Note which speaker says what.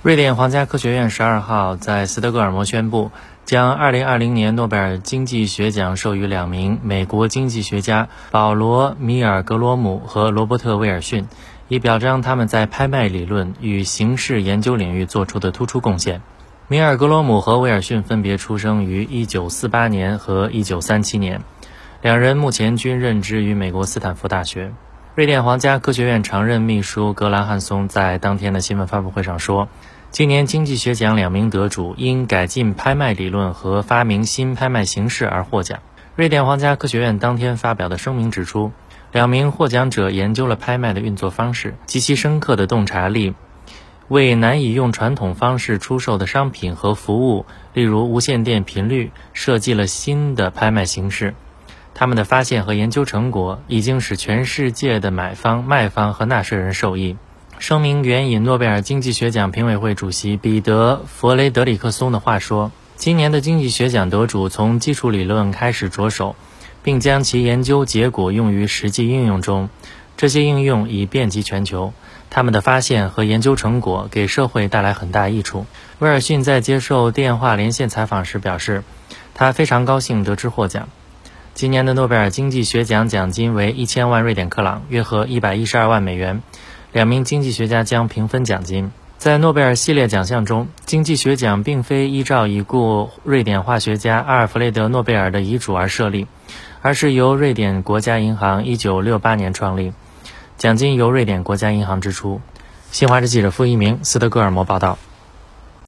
Speaker 1: 瑞典皇家科学院12号在斯德哥尔摩宣布，将2020年诺贝尔经济学奖授予2名美国经济学家保罗·米尔格罗姆和罗伯特·威尔逊，以表彰他们在拍卖理论与形势研究领域做出的突出贡献。米尔格罗姆和威尔逊分别出生于1948年和1937年，两人目前均任职于美国斯坦福大学。瑞典皇家科学院常任秘书格兰汉松在当天的新闻发布会上说，今年经济学奖2名得主因改进拍卖理论和发明新拍卖形式而获奖。瑞典皇家科学院当天发表的声明指出，2名获奖者研究了拍卖的运作方式及其深刻的洞察力，为难以用传统方式出售的商品和服务，例如无线电频率，设计了新的拍卖形式。他们的发现和研究成果已经使全世界的买方、卖方和纳税人受益。声明援引诺贝尔经济学奖评委会主席彼得·弗雷德里克松的话说，今年的经济学奖得主从基础理论开始着手，并将其研究结果用于实际应用中，这些应用已遍及全球。他们的发现和研究成果给社会带来很大益处。威尔逊在接受电话连线采访时表示，他非常高兴得知获奖。今年的诺贝尔经济学奖奖金为1000万瑞典克朗，约合112万美元。2名经济学家将平分奖金。在诺贝尔系列奖项中，经济学奖并非依照已故瑞典化学家阿尔弗雷德·诺贝尔的遗嘱而设立，而是由瑞典国家银行1968年创立，奖金由瑞典国家银行支出。新华社记者付一鸣，斯德哥尔摩报道。